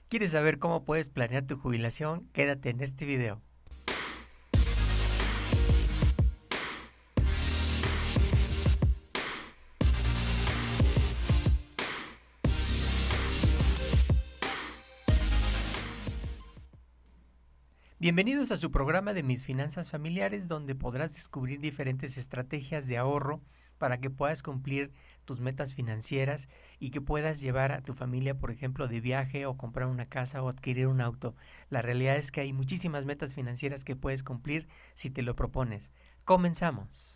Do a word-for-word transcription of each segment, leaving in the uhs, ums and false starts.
¿Quieres saber cómo puedes planear tu jubilación? Quédate en este video. Bienvenidos a su programa de Mis Finanzas Familiares, donde podrás descubrir diferentes estrategias de ahorro para que puedas cumplir tus metas financieras y que puedas llevar a tu familia, por ejemplo, de viaje o comprar una casa o adquirir un auto. La realidad es que hay muchísimas metas financieras que puedes cumplir si te lo propones. Comenzamos.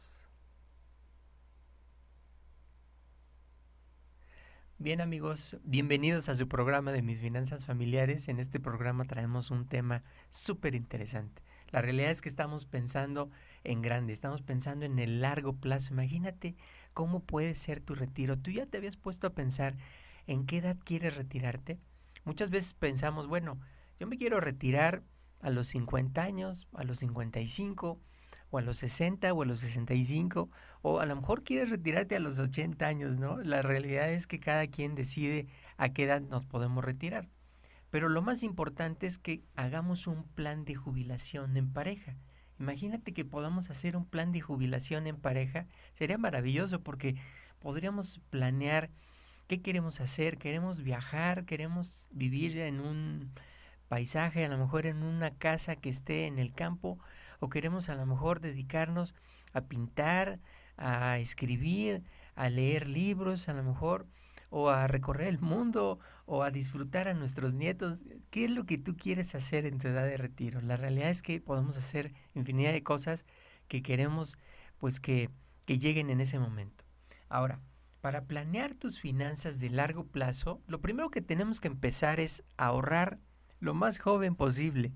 Bien amigos, bienvenidos a su programa de Mis Finanzas Familiares. En este programa traemos un tema súper interesante. La realidad es que estamos pensando en grande, estamos pensando en el largo plazo. Imagínate cómo puede ser tu retiro. ¿Tú ya te habías puesto a pensar en qué edad quieres retirarte? Muchas veces pensamos, bueno, yo me quiero retirar a los cincuenta años, a los cincuenta y cinco, o a los sesenta o a los sesenta y cinco, o a lo mejor quieres retirarte a los ochenta años, ¿no? La realidad es que cada quien decide a qué edad nos podemos retirar. Pero lo más importante es que hagamos un plan de jubilación en pareja. Imagínate que podamos hacer un plan de jubilación en pareja. Sería maravilloso porque podríamos planear qué queremos hacer. Queremos viajar, queremos vivir en un paisaje, a lo mejor en una casa que esté en el campo, o queremos a lo mejor dedicarnos a pintar, a escribir, a leer libros, a lo mejor, o a recorrer el mundo, o a disfrutar a nuestros nietos. ¿Qué es lo que tú quieres hacer en tu edad de retiro? La realidad es que podemos hacer infinidad de cosas que queremos, pues que, que lleguen en ese momento. Ahora, para planear tus finanzas de largo plazo, lo primero que tenemos que empezar es ahorrar lo más joven posible.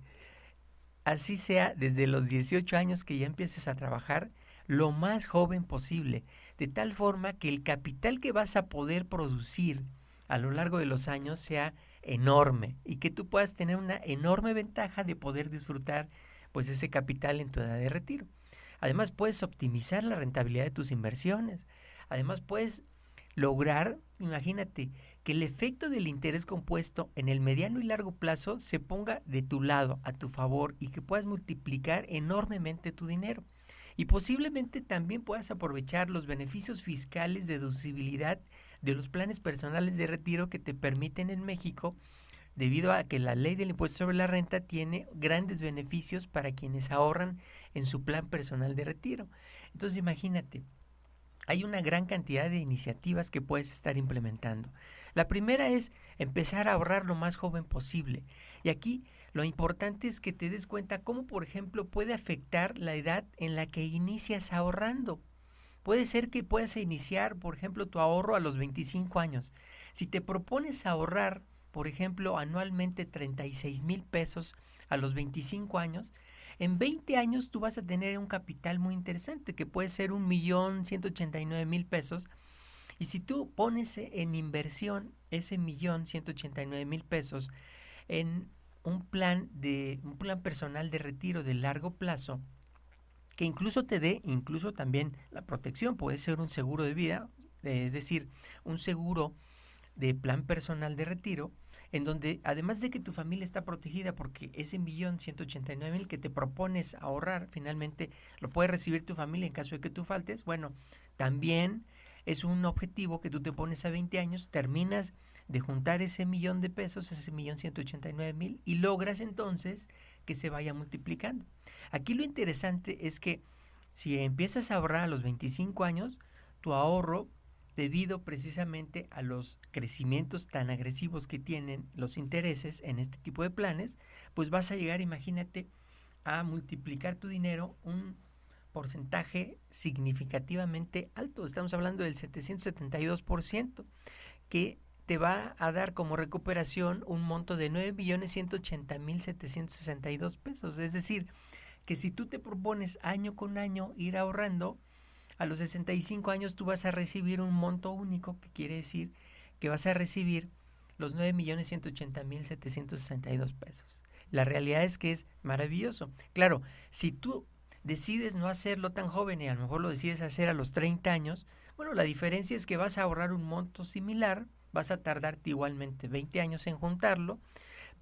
Así sea desde los dieciocho años que ya empieces a trabajar, lo más joven posible, de tal forma que el capital que vas a poder producir a lo largo de los años sea enorme y que tú puedas tener una enorme ventaja de poder disfrutar pues ese capital en tu edad de retiro. Además puedes optimizar la rentabilidad de tus inversiones. Además puedes lograr, imagínate, que el efecto del interés compuesto en el mediano y largo plazo se ponga de tu lado, a tu favor, y que puedas multiplicar enormemente tu dinero. Y posiblemente también puedas aprovechar los beneficios fiscales de deducibilidad de los planes personales de retiro que te permiten en México, debido a que la ley del impuesto sobre la renta tiene grandes beneficios para quienes ahorran en su plan personal de retiro. Entonces imagínate, hay una gran cantidad de iniciativas que puedes estar implementando. La primera es empezar a ahorrar lo más joven posible. Y aquí lo importante es que te des cuenta cómo, por ejemplo, puede afectar la edad en la que inicias ahorrando. Puede ser que puedas iniciar, por ejemplo, tu ahorro a los veinticinco años. Si te propones ahorrar, por ejemplo, anualmente treinta y seis mil pesos a los veinticinco años, en veinte años tú vas a tener un capital muy interesante que puede ser un millón ciento ochenta y nueve mil pesos. Y si tú pones en inversión ese millón ciento ochenta y nueve mil pesos en un plan de un plan personal de retiro de largo plazo, que incluso te dé incluso también la protección, puede ser un seguro de vida, es decir, un seguro de plan personal de retiro, en donde además de que tu familia está protegida porque ese millón ciento ochenta y nueve mil que te propones ahorrar, finalmente lo puede recibir tu familia en caso de que tú faltes. Bueno, también es un objetivo que tú te pones a veinte años, terminas de juntar ese millón de pesos, ese millón ciento ochenta y nueve mil, y logras entonces que se vaya multiplicando. Aquí lo interesante es que si empiezas a ahorrar a los veinticinco años, tu ahorro, debido precisamente a los crecimientos tan agresivos que tienen los intereses en este tipo de planes, pues vas a llegar, imagínate, a multiplicar tu dinero un porcentaje significativamente alto. Estamos hablando del setecientos setenta y dos por ciento, que te va a dar como recuperación un monto de nueve millones ciento ochenta mil setecientos sesenta y dos pesos. Es decir, que si tú te propones año con año ir ahorrando, a los sesenta y cinco años tú vas a recibir un monto único, que quiere decir que vas a recibir los nueve millones ciento ochenta mil setecientos sesenta y dos pesos. La realidad es que es maravilloso. Claro, si tú decides no hacerlo tan joven y a lo mejor lo decides hacer a los treinta años, bueno, la diferencia es que vas a ahorrar un monto similar, vas a tardarte igualmente veinte años en juntarlo,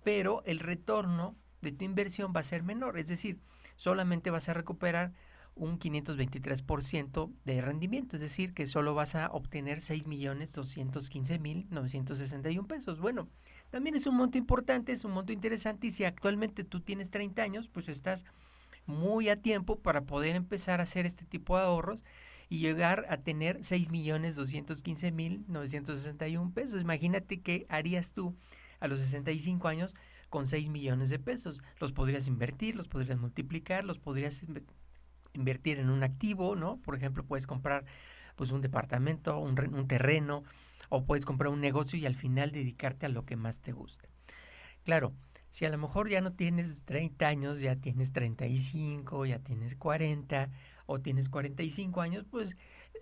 pero el retorno de tu inversión va a ser menor, es decir, solamente vas a recuperar un quinientos veintitrés por ciento de rendimiento, es decir, que solo vas a obtener seis millones doscientos quince mil novecientos sesenta y uno pesos. Bueno, también es un monto importante, es un monto interesante, y si actualmente tú tienes treinta años, pues estás muy a tiempo para poder empezar a hacer este tipo de ahorros y llegar a tener seis millones doscientos quince mil novecientos sesenta y uno pesos. Imagínate qué harías tú a los sesenta y cinco años con seis millones de pesos. Los podrías invertir, los podrías multiplicar, los podrías invertir en un activo, ¿no? Por ejemplo, puedes comprar pues un departamento, un, un terreno, o puedes comprar un negocio y al final dedicarte a lo que más te gusta. Claro, si a lo mejor ya no tienes treinta años, ya tienes treinta y cinco, ya tienes cuarenta o tienes cuarenta y cinco años, pues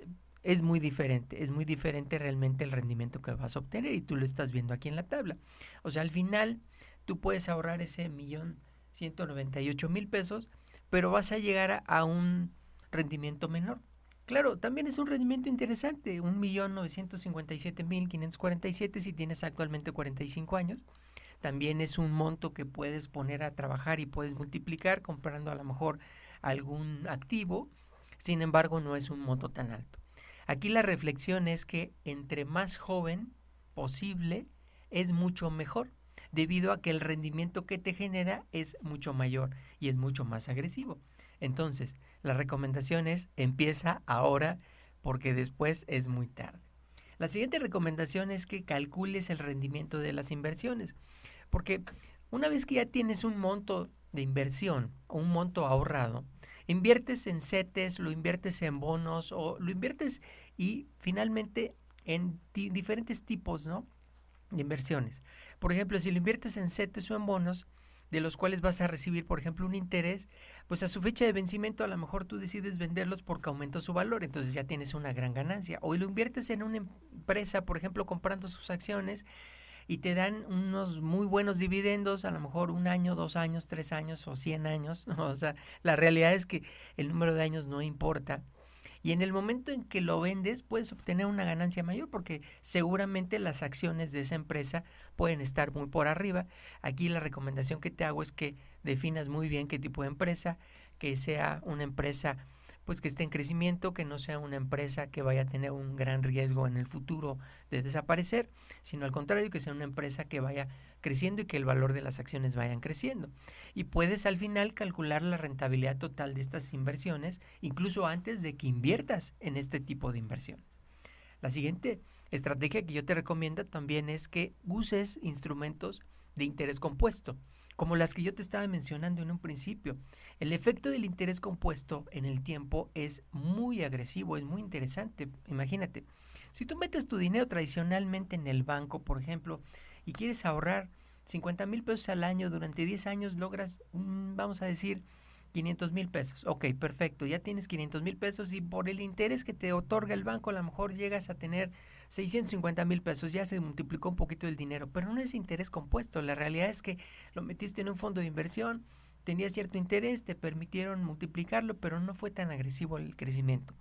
es muy diferente, es muy diferente realmente el rendimiento que vas a obtener, y tú lo estás viendo aquí en la tabla. O sea, al final tú puedes ahorrar ese millón ciento noventa y ocho mil pesos, pero vas a llegar a, a un rendimiento menor. Claro, también es un rendimiento interesante, un millón novecientos cincuenta y siete mil quinientos cuarenta y siete si tienes actualmente cuarenta y cinco años. También es un monto que puedes poner a trabajar y puedes multiplicar comprando a lo mejor algún activo. Sin embargo, no es un monto tan alto. Aquí la reflexión es que entre más joven posible es mucho mejor, debido a que el rendimiento que te genera es mucho mayor y es mucho más agresivo. Entonces, la recomendación es: empieza ahora, porque después es muy tarde. La siguiente recomendación es que calcules el rendimiento de las inversiones, porque una vez que ya tienes un monto de inversión o un monto ahorrado, inviertes en CETES, lo inviertes en bonos o lo inviertes y finalmente en t- diferentes tipos, ¿no?, de inversiones. Por ejemplo, si lo inviertes en CETES o en bonos, de los cuales vas a recibir, por ejemplo, un interés, pues a su fecha de vencimiento a lo mejor tú decides venderlos porque aumentó su valor, entonces ya tienes una gran ganancia. O lo inviertes en una empresa, por ejemplo, comprando sus acciones, y te dan unos muy buenos dividendos, a lo mejor un año, dos años, tres años o cien años. O sea, la realidad es que el número de años no importa. Y en el momento en que lo vendes, puedes obtener una ganancia mayor, porque seguramente las acciones de esa empresa pueden estar muy por arriba. Aquí la recomendación que te hago es que definas muy bien qué tipo de empresa, que sea una empresa pues que esté en crecimiento, que no sea una empresa que vaya a tener un gran riesgo en el futuro de desaparecer, sino al contrario, que sea una empresa que vaya creciendo y que el valor de las acciones vayan creciendo. Y puedes al final calcular la rentabilidad total de estas inversiones, incluso antes de que inviertas en este tipo de inversiones. La siguiente estrategia que yo te recomiendo también es que uses instrumentos de interés compuesto, como las que yo te estaba mencionando en un principio. El efecto del interés compuesto en el tiempo es muy agresivo, es muy interesante. Imagínate, si tú metes tu dinero tradicionalmente en el banco, por ejemplo, y quieres ahorrar cincuenta mil pesos al año durante diez años, logras, mmm, vamos a decir, quinientos mil pesos. Ok, perfecto, ya tienes quinientos mil pesos, y por el interés que te otorga el banco a lo mejor llegas a tener seiscientos cincuenta mil pesos, ya se multiplicó un poquito el dinero, pero no es interés compuesto. La realidad es que lo metiste en un fondo de inversión, tenía cierto interés, te permitieron multiplicarlo, pero no fue tan agresivo el crecimiento.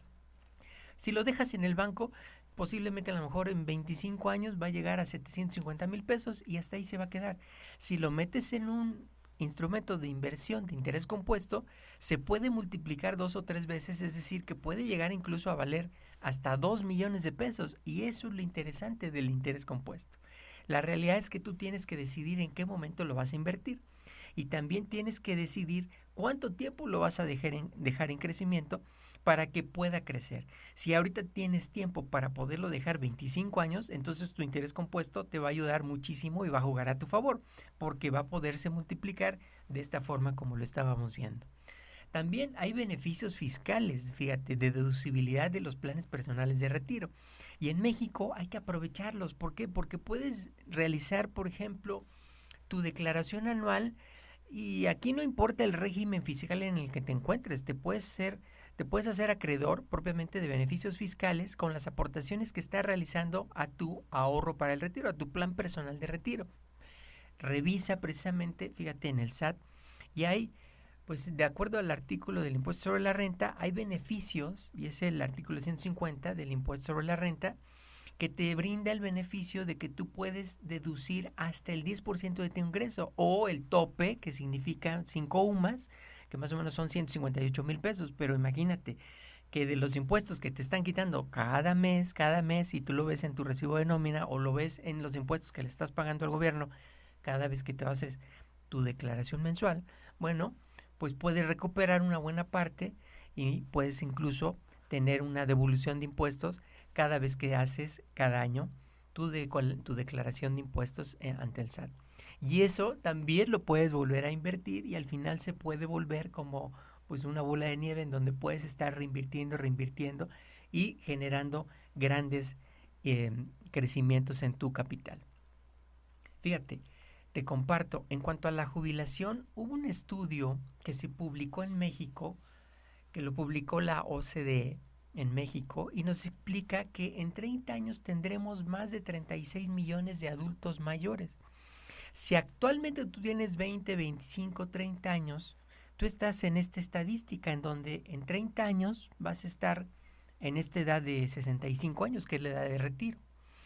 Si lo dejas en el banco, posiblemente a lo mejor en veinticinco años va a llegar a setecientos cincuenta mil pesos y hasta ahí se va a quedar. Si lo metes en un instrumento de inversión de interés compuesto, se puede multiplicar dos o tres veces, es decir, que puede llegar incluso a valer hasta dos millones de pesos, y eso es lo interesante del interés compuesto. La realidad es que tú tienes que decidir en qué momento lo vas a invertir, y también tienes que decidir cuánto tiempo lo vas a dejar en, dejar en crecimiento para que pueda crecer. Si ahorita tienes tiempo para poderlo dejar veinticinco años, entonces tu interés compuesto te va a ayudar muchísimo y va a jugar a tu favor, porque va a poderse multiplicar de esta forma como lo estábamos viendo. También hay beneficios fiscales, fíjate, de deducibilidad de los planes personales de retiro. Y en México hay que aprovecharlos. ¿Por qué? Porque puedes realizar, por ejemplo, tu declaración anual, y aquí no importa el régimen fiscal en el que te encuentres, te puedes ser Te puedes hacer acreedor propiamente de beneficios fiscales con las aportaciones que estás realizando a tu ahorro para el retiro, a tu plan personal de retiro. Revisa precisamente, fíjate, en el S A T, y hay, pues de acuerdo al artículo del impuesto sobre la renta, hay beneficios, y es el artículo ciento cincuenta del impuesto sobre la renta, que te brinda el beneficio de que tú puedes deducir hasta el diez por ciento de tu ingreso, o el tope, que significa cinco UMAS, que más o menos son ciento cincuenta y ocho mil pesos, pero imagínate que de los impuestos que te están quitando cada mes, cada mes, y tú lo ves en tu recibo de nómina o lo ves en los impuestos que le estás pagando al gobierno cada vez que te haces tu declaración mensual, bueno, pues puedes recuperar una buena parte y puedes incluso tener una devolución de impuestos cada vez que haces cada año tu, de, tu declaración de impuestos eh, ante el S A T. Y eso también lo puedes volver a invertir y al final se puede volver como pues una bola de nieve en donde puedes estar reinvirtiendo, reinvirtiendo y generando grandes eh, crecimientos en tu capital. Fíjate, te comparto, en cuanto a la jubilación, hubo un estudio que se publicó en México, que lo publicó la O C D E en México, y nos explica que en treinta años tendremos más de treinta y seis millones de adultos mayores. Si actualmente tú tienes veinte, veinticinco, treinta años, tú estás en esta estadística en donde en treinta años vas a estar en esta edad de sesenta y cinco años, que es la edad de retiro.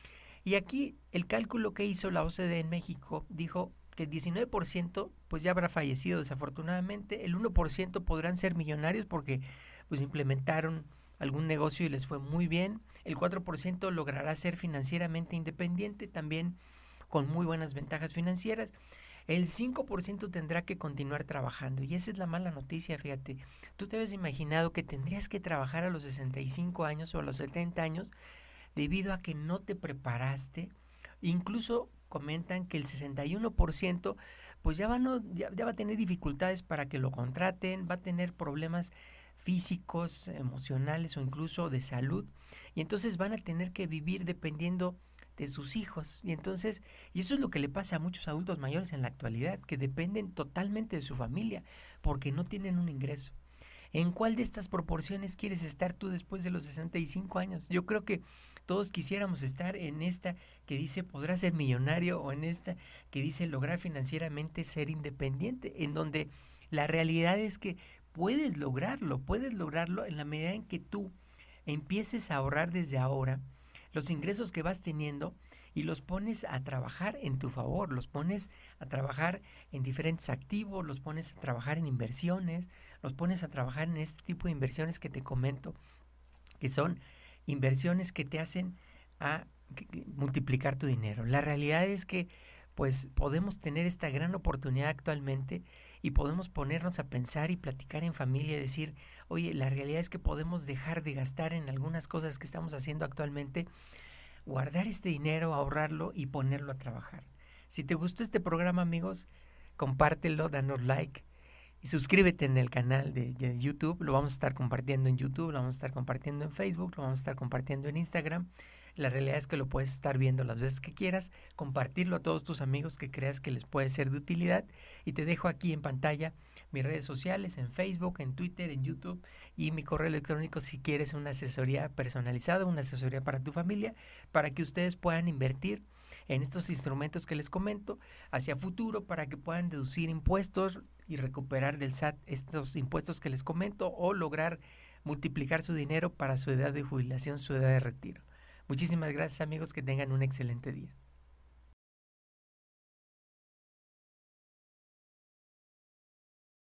Y aquí el cálculo que hizo la O C D E en México dijo que el diecinueve por ciento pues ya habrá fallecido desafortunadamente, el uno por ciento podrán ser millonarios porque pues implementaron algún negocio y les fue muy bien, el cuatro por ciento logrará ser financieramente independiente también con muy buenas ventajas financieras, el cinco por ciento tendrá que continuar trabajando y esa es la mala noticia, fíjate, tú te habías imaginado que tendrías que trabajar a los sesenta y cinco años o a los setenta años debido a que no te preparaste. Incluso comentan que el sesenta y uno por ciento pues ya, van, ya, ya va a tener dificultades para que lo contraten, va a tener problemas físicos, emocionales o incluso de salud, y entonces van a tener que vivir dependiendo de sus hijos, y entonces, y eso es lo que le pasa a muchos adultos mayores en la actualidad, que dependen totalmente de su familia, porque no tienen un ingreso. ¿En cuál de estas proporciones quieres estar tú después de los sesenta y cinco años? Yo creo que todos quisiéramos estar en esta que dice podrás ser millonario o en esta que dice lograr financieramente ser independiente, en donde la realidad es que puedes lograrlo, puedes lograrlo en la medida en que tú empieces a ahorrar desde ahora los ingresos que vas teniendo y los pones a trabajar en tu favor, los pones a trabajar en diferentes activos, los pones a trabajar en inversiones, los pones a trabajar en este tipo de inversiones que te comento, que son inversiones que te hacen a multiplicar tu dinero. La realidad es que pues podemos tener esta gran oportunidad actualmente y podemos ponernos a pensar y platicar en familia y decir, oye, la realidad es que podemos dejar de gastar en algunas cosas que estamos haciendo actualmente, guardar este dinero, ahorrarlo y ponerlo a trabajar. Si te gustó este programa, amigos, compártelo, danos like y suscríbete en el canal de, de YouTube. Lo vamos a estar compartiendo en YouTube, lo vamos a estar compartiendo en Facebook, lo vamos a estar compartiendo en Instagram. La realidad es que lo puedes estar viendo las veces que quieras, compartirlo a todos tus amigos que creas que les puede ser de utilidad, y te dejo aquí en pantalla mis redes sociales en Facebook, en Twitter, en YouTube y mi correo electrónico si quieres una asesoría personalizada, una asesoría para tu familia, para que ustedes puedan invertir en estos instrumentos que les comento hacia futuro, para que puedan deducir impuestos y recuperar del S A T estos impuestos que les comento o lograr multiplicar su dinero para su edad de jubilación, su edad de retiro. Muchísimas gracias, amigos, que tengan un excelente día.